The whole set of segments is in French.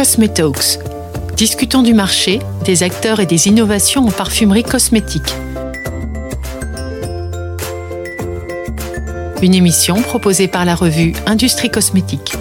Cosmetalks. Discutons du marché, des acteurs et des innovations en parfumerie cosmétique. Une émission proposée par la revue Industrie Cosmétique.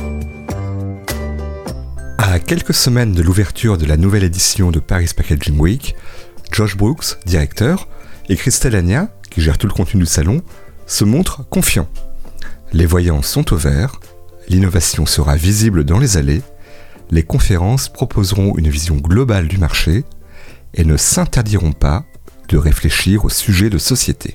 À quelques semaines de l'ouverture de la nouvelle édition de Paris Packaging Week, Josh Brooks, directeur, et Christelle Agna, qui gère tout le contenu du salon, se montrent confiants. Les voyants sont au vert, l'innovation sera visible dans les allées, les conférences proposeront une vision globale du marché et ne s'interdiront pas de réfléchir aux sujets de société.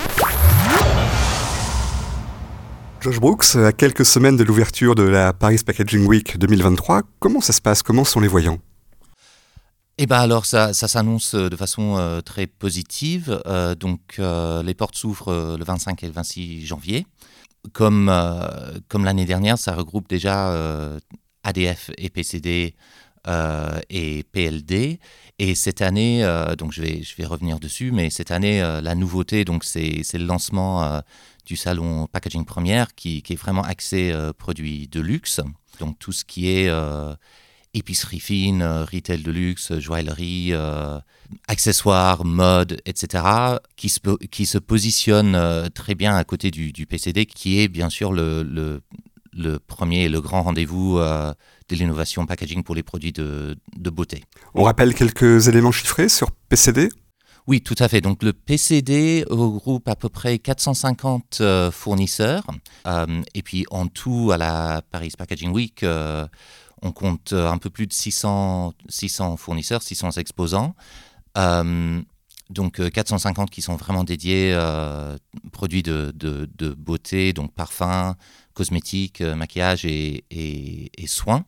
Josh Brooks, à quelques semaines de l'ouverture de la Paris Packaging Week 2023, comment ça se passe? Comment sont les voyants? Alors ça s'annonce de façon très positive. Les portes s'ouvrent le 25 et le 26 janvier. Comme l'année dernière, ça regroupe déjà ADF et PCD et PLD. Et cette année, je vais revenir dessus, mais cette année, la nouveauté, c'est le lancement du salon Packaging Première qui est vraiment axé produits de luxe. Donc tout ce qui est épicerie fine, retail de luxe, joaillerie, accessoires, mode, etc., qui se positionne très bien à côté du PCD, qui est bien sûr le premier et le grand rendez-vous de l'innovation packaging pour les produits de beauté. On rappelle quelques éléments chiffrés sur PCD ? Oui, tout à fait. Donc, le PCD regroupe à peu près 450 fournisseurs. Et puis, en tout, à la Paris Packaging Week, on compte un peu plus de 600 fournisseurs, 600 exposants. 450 qui sont vraiment dédiés produits de beauté, donc parfums, cosmétiques, maquillage et soins.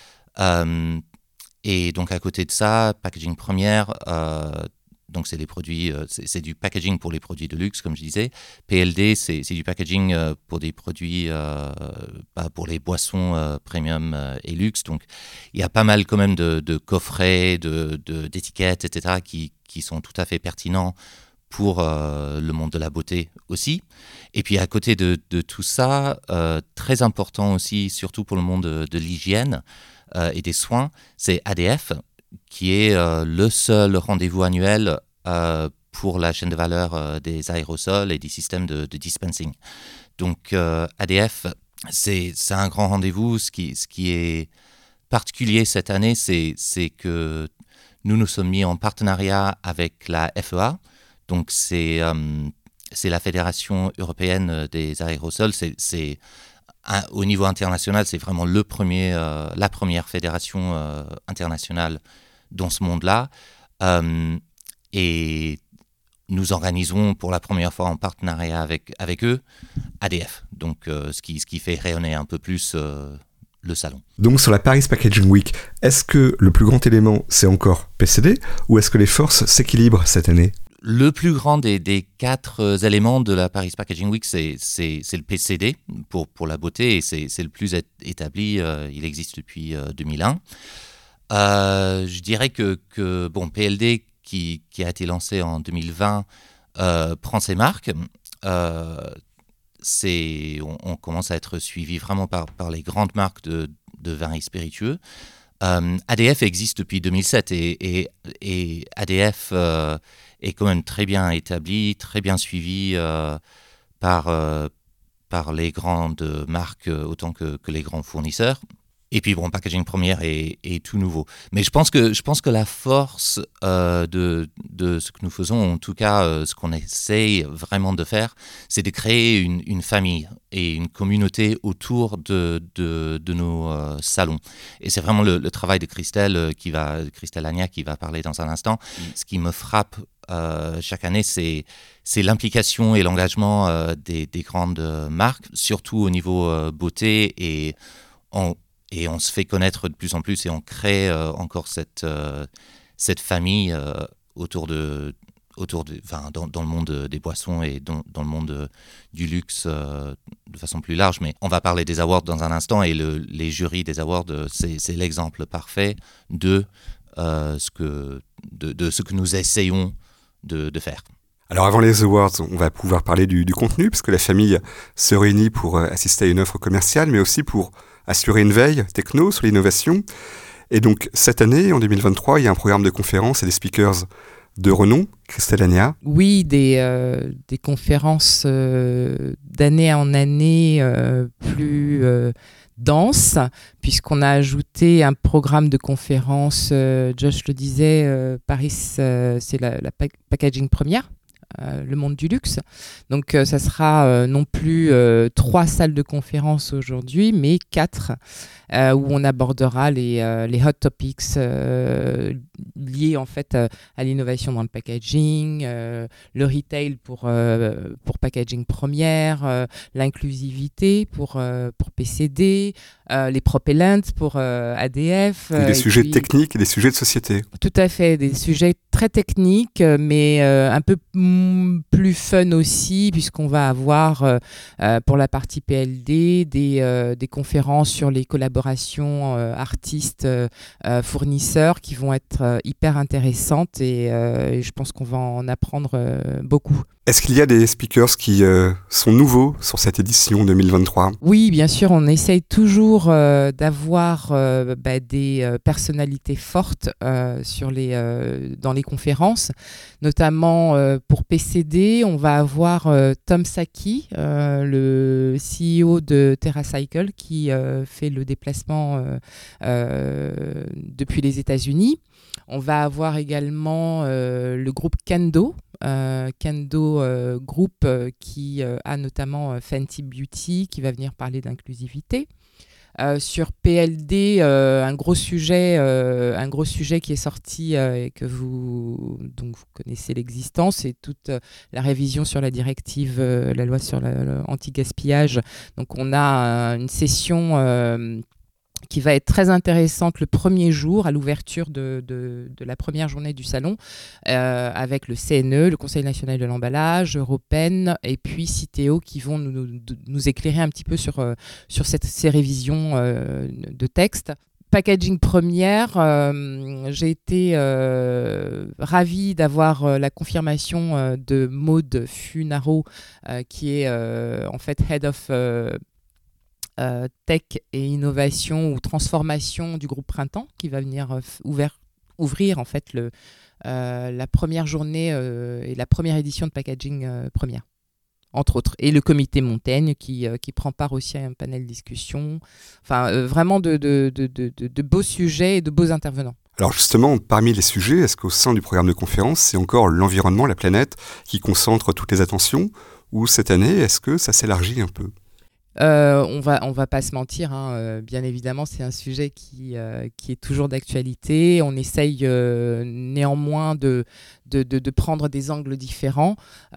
Et donc, à côté de ça, Packaging Première... Donc, c'est les produits, c'est du packaging pour les produits de luxe, comme je disais. PLD, c'est du packaging pour des produits, pour les boissons premium et luxe. Donc, il y a pas mal quand même de coffrets, d'étiquettes, etc., qui sont tout à fait pertinents pour le monde de la beauté aussi. Et puis, à côté de tout ça, très important aussi, surtout pour le monde de l'hygiène et des soins, c'est ADF, qui est le seul rendez-vous annuel pour la chaîne de valeur des aérosols et des systèmes de dispensing. Donc ADF, c'est un grand rendez-vous. Ce qui est particulier cette année, c'est que nous sommes mis en partenariat avec la FEA. Donc c'est la Fédération européenne des aérosols. Au niveau international, c'est vraiment la première fédération internationale dans ce monde-là. Et nous organisons pour la première fois en partenariat avec eux ADF, donc ce qui fait rayonner un peu plus le salon. Donc sur la Paris Packaging Week, est-ce que le plus grand élément, c'est encore PCD ou est-ce que les forces s'équilibrent cette année ? Le plus grand des quatre éléments de la Paris Packaging Week, c'est le PCD pour la beauté, et c'est le plus établi. Il existe depuis 2001. Je dirais que PLD, qui a été lancé en 2020, prend ses marques. On commence à être suivi vraiment par les grandes marques de vins et spiritueux. ADF existe depuis 2007 et ADF est quand même très bien établi, très bien suivi par les grandes marques autant que les grands fournisseurs. Et puis Packaging Première est tout nouveau. Mais je pense que la force de ce que nous faisons, en tout cas ce qu'on essaye vraiment de faire, c'est de créer une famille et une communauté autour de nos salons. Et c'est vraiment le travail de Christelle Agna qui va parler dans un instant. Ce qui me frappe chaque année, c'est l'implication et l'engagement des grandes marques, surtout au niveau beauté, et on se fait connaître de plus en plus et on crée encore cette famille dans le monde des boissons et dans le monde du luxe de façon plus large. Mais on va parler des awards dans un instant, et les jurys des awards, c'est l'exemple parfait de ce que nous essayons de faire. Alors avant les awards, on va pouvoir parler du contenu, parce que la famille se réunit pour assister à une offre commerciale, mais aussi pour assurer une veille techno sur l'innovation. Et donc, cette année, en 2023, il y a un programme de conférences et des speakers de renom. Christelle Agna. Oui, des conférences d'année en année plus denses, puisqu'on a ajouté un programme de conférences, Josh le disait, Paris, c'est la packaging première. Le monde du luxe. Donc ça sera non plus 3 salles de conférence aujourd'hui, mais 4 où on abordera les hot topics liés en fait à l'innovation dans le packaging, le retail pour packaging première, l'inclusivité pour PCD, les propellants pour ADF. Des sujets techniques et des sujets de société. Tout à fait, des sujets très techniques, mais un peu plus fun aussi, puisqu'on va avoir pour la partie PLD des conférences sur les collaborations artistes fournisseurs qui vont être hyper intéressantes et je pense qu'on va en apprendre beaucoup. Est-ce qu'il y a des speakers qui sont nouveaux sur cette édition 2023 ? Oui, bien sûr, on essaye toujours d'avoir des personnalités fortes dans les conférences, notamment pour PCD, on va avoir Tom Saki, le CEO de TerraCycle, qui fait le déplacement depuis les États-Unis. On va avoir également le groupe Kendo. Group qui a notamment Fenty Beauty qui va venir parler d'inclusivité. Sur PLD, un gros sujet qui est sorti et dont vous connaissez l'existence, c'est toute la révision sur la directive, la loi sur l'anti-gaspillage. Donc on a une session qui va être très intéressante le premier jour à l'ouverture de la première journée du salon avec le CNE, le Conseil national de l'emballage, Europen et puis Citeo qui vont nous éclairer un petit peu sur ces révisions de texte. Packaging première, j'ai été ravie d'avoir la confirmation de Maud Funaro qui est en fait Head of Tech et Innovation ou Transformation du groupe Printemps qui va venir ouvrir en fait la première journée et la première édition de Packaging première, entre autres. Et le comité Montaigne qui prend part aussi à un panel discussion. Enfin, vraiment de beaux sujets et de beaux intervenants. Alors justement, parmi les sujets, est-ce qu'au sein du programme de conférence, c'est encore l'environnement, la planète, qui concentre toutes les attentions ? Ou cette année, est-ce que ça s'élargit un peu ? On va pas se mentir, bien évidemment, c'est un sujet qui est toujours d'actualité. On essaye néanmoins de prendre des angles différents.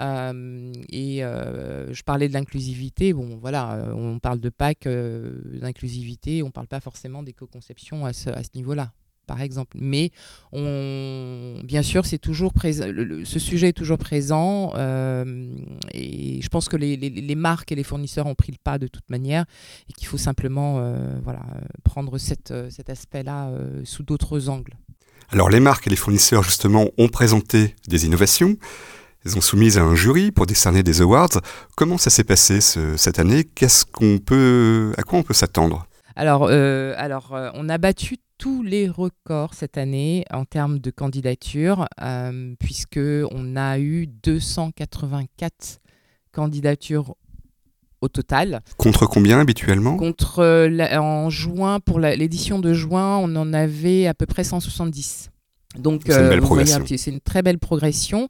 Je parlais de l'inclusivité. Bon, voilà, on parle de PAC, d'inclusivité. On parle pas forcément d'éco-conception à ce niveau-là, par exemple. Mais bien sûr, c'est toujours présent. Ce sujet est toujours présent et je pense que les marques et les fournisseurs ont pris le pas de toute manière et qu'il faut simplement prendre cet aspect-là sous d'autres angles. Alors les marques et les fournisseurs justement ont présenté des innovations. Elles ont soumises à un jury pour décerner des awards. Comment ça s'est passé cette année ? À quoi on peut s'attendre ? Alors, on a battu tous les records cette année en termes de candidatures, puisqu'on a eu 284 candidatures au total. Contre combien habituellement ? En juin, pour l'édition de juin, on en avait à peu près 170. Donc, c'est une belle progression. C'est une très belle progression.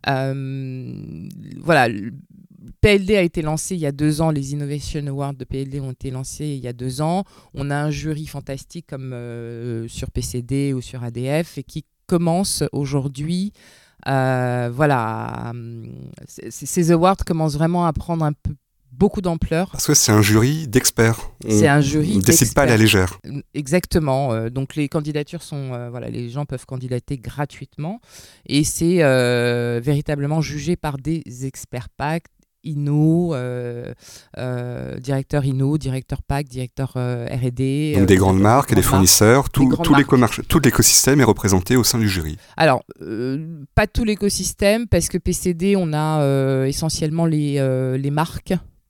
Voilà. PLD a été lancé il y a 2 ans, les Innovation Awards de PLD ont été lancés il y a 2 ans. On a un jury fantastique comme sur PCD ou sur ADF et qui commence aujourd'hui. Ces awards commencent vraiment à prendre beaucoup d'ampleur. Parce que c'est un jury d'experts. C'est un jury On ne décide pas à la légère. Exactement. Donc les candidatures sont... les gens peuvent candidater gratuitement. Et c'est véritablement jugé par des experts PAC, Inno, directeur Inno, directeur PAC, directeur R&D. Donc des grandes marques et des fournisseurs, tout l'écosystème est représenté au sein du jury. Alors, pas tout l'écosystème, parce que PCD, on a essentiellement les marques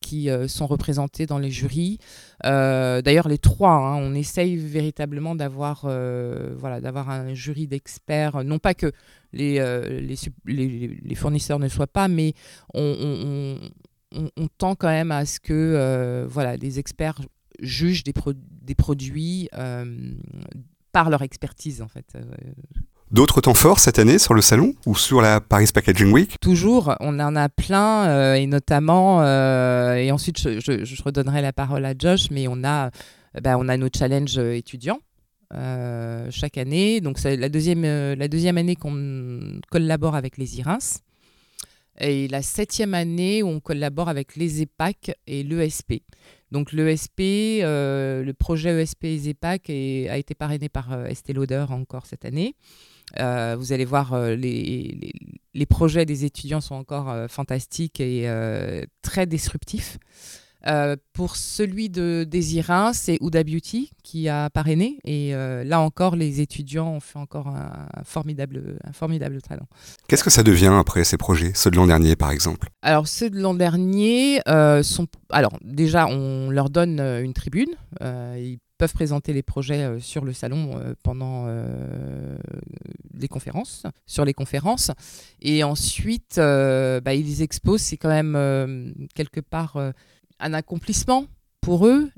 qui sont représentés dans les jurys. D'ailleurs, les 3, hein, on essaye véritablement d'avoir un jury d'experts, non pas que les fournisseurs ne soient pas, mais on tend quand même à ce que les experts jugent des produits par leur expertise, en fait. D'autres temps forts cette année sur le salon ou sur la Paris Packaging Week? Toujours, on en a plein, et notamment, et ensuite je redonnerai la parole à Josh, mais on a nos challenges étudiants chaque année. Donc c'est la deuxième année qu'on collabore avec les IRINS, et la 7e année où on collabore avec les EPAC et l'ESP. Donc l'ESP, le projet ESP et ZEPAC a été parrainé par Estée Lauder encore cette année. Vous allez voir, les projets des étudiants sont encore fantastiques et très disruptifs. Pour celui des IRINS, c'est Huda Beauty qui a parrainé. Et là encore, les étudiants ont fait encore un formidable talent. Qu'est-ce que ça devient après ces projets, ceux de l'an dernier par exemple? Alors, ceux de l'an dernier sont... Alors, déjà, on leur donne une tribune. Ils peuvent présenter les projets sur le salon pendant les conférences. Et ensuite, ils exposent. C'est quand même quelque part un accomplissement pour eux.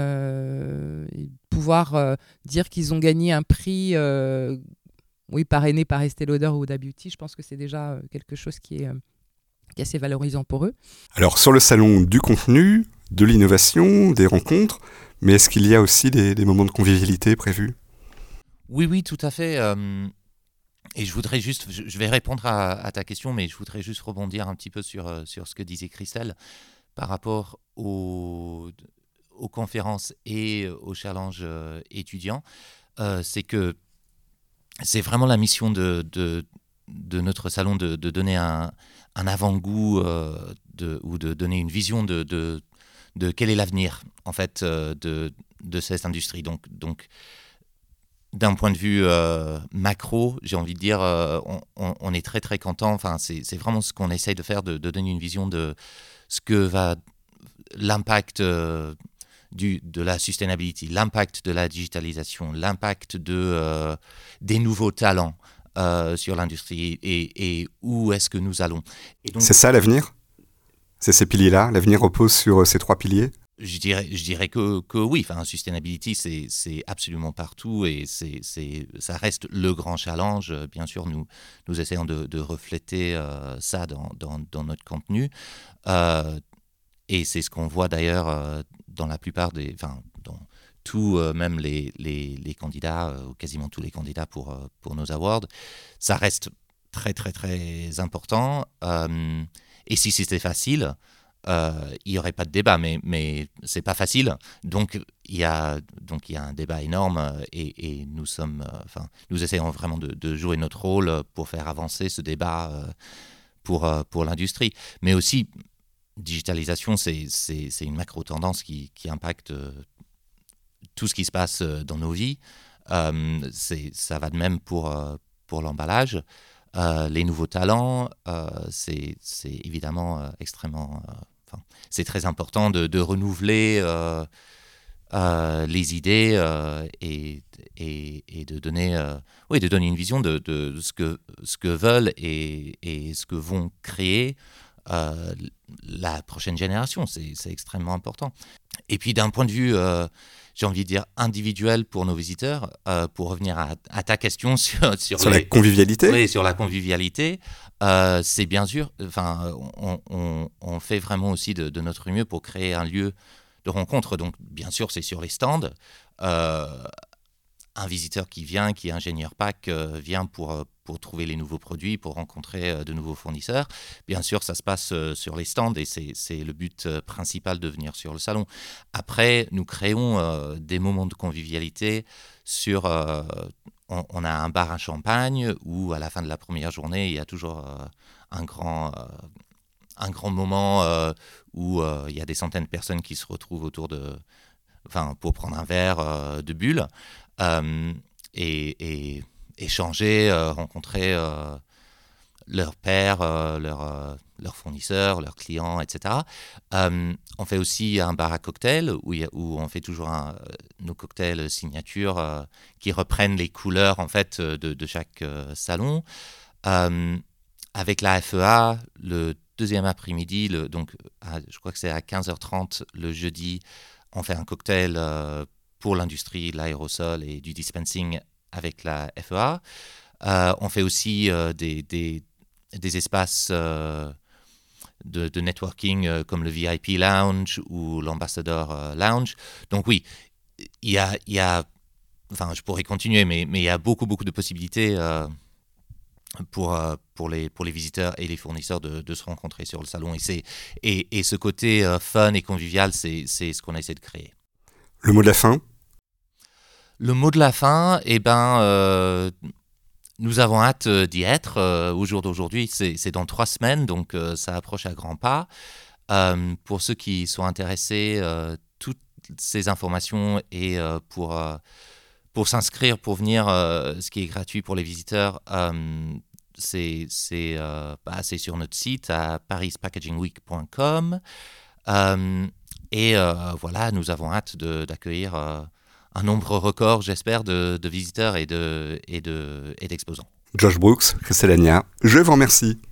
Pouvoir dire qu'ils ont gagné un prix parrainé par Estée Lauder ou Huda Beauty, je pense que c'est déjà quelque chose qui est assez valorisant pour eux. Alors, sur le salon, du contenu, de l'innovation, des rencontres, mais est-ce qu'il y a aussi des moments de convivialité prévus? Oui, tout à fait. Et je voudrais juste, je vais répondre à ta question, mais je voudrais juste rebondir un petit peu sur ce que disait Christelle par rapport aux conférences et aux challenges étudiants. C'est que c'est vraiment la mission de notre salon de donner un avant-goût ou de donner une vision de quel est l'avenir en fait de cette industrie. Donc d'un point de vue macro, j'ai envie de dire, on est très très content. Enfin, c'est vraiment ce qu'on essaye de faire, de donner une vision de ce que va l'impact de la sustainability, l'impact de la digitalisation, l'impact des nouveaux talents sur l'industrie et où est-ce que nous allons. Et donc, c'est ça l'avenir? C'est ces piliers-là? L'avenir repose sur ces 3 piliers? Je dirais que oui. Enfin, sustainability, c'est absolument partout et ça reste le grand challenge. Bien sûr, nous essayons de refléter ça dans notre contenu. Et c'est ce qu'on voit d'ailleurs dans la plupart dans tous, même les candidats, ou quasiment tous les candidats pour nos awards. Ça reste très, très, très important. Et si c'était facile, il n'y aurait pas de débat, mais ce n'est pas facile. Donc, il y a un débat énorme et nous essayons vraiment de jouer notre rôle pour faire avancer ce débat pour l'industrie. Mais aussi, digitalisation, c'est une macro-tendance qui impacte tout ce qui se passe dans nos vies. Ça va de même pour l'emballage. Les nouveaux talents, c'est évidemment extrêmement... c'est très important de renouveler les idées et de donner une vision de ce que veulent et ce que vont créer la prochaine génération. C'est extrêmement important. Et puis d'un point de vue, j'ai envie de dire, individuel pour nos visiteurs, pour revenir à ta question sur la convivialité. Oui, sur la convivialité, c'est bien sûr, on fait vraiment aussi de notre mieux pour créer un lieu de rencontre. Donc bien sûr, c'est sur les stands. Un visiteur qui est ingénieur PAC, vient pour trouver les nouveaux produits, pour rencontrer de nouveaux fournisseurs. Bien sûr, ça se passe sur les stands et c'est le but principal de venir sur le salon. Après, nous créons des moments de convivialité sur... on a un bar à champagne où, à la fin de la première journée, il y a toujours un grand moment où il y a des centaines de personnes qui se retrouvent autour pour prendre un verre de bulle. Et échanger, rencontrer leurs pairs, leurs fournisseurs, leurs clients, etc. On fait aussi un bar à cocktails où on fait toujours nos cocktails signature qui reprennent les couleurs en fait de chaque salon. Avec la FEA, le deuxième après-midi, je crois que c'est à 15h30 le jeudi, on fait un cocktail pour l'industrie de l'aérosol et du dispensing avec la FEA. On fait aussi des espaces de networking comme le VIP Lounge ou l'Ambassador Lounge. Donc oui, je pourrais continuer, mais il y a beaucoup de possibilités pour les visiteurs et les fournisseurs de se rencontrer sur le salon. Et ce côté fun et convivial, c'est ce qu'on essaie de créer. Le mot de la fin ? Le mot de la fin, nous avons hâte d'y être au jour d'aujourd'hui. C'est dans 3 semaines, donc ça approche à grands pas. Pour ceux qui sont intéressés, toutes ces informations et pour s'inscrire, pour venir, ce qui est gratuit pour les visiteurs, c'est sur notre site à parispackagingweek.com. Voilà, nous avons hâte d'accueillir un nombre record, j'espère, de visiteurs et d'exposants. Josh Brooks, Christelle Agna, je vous remercie.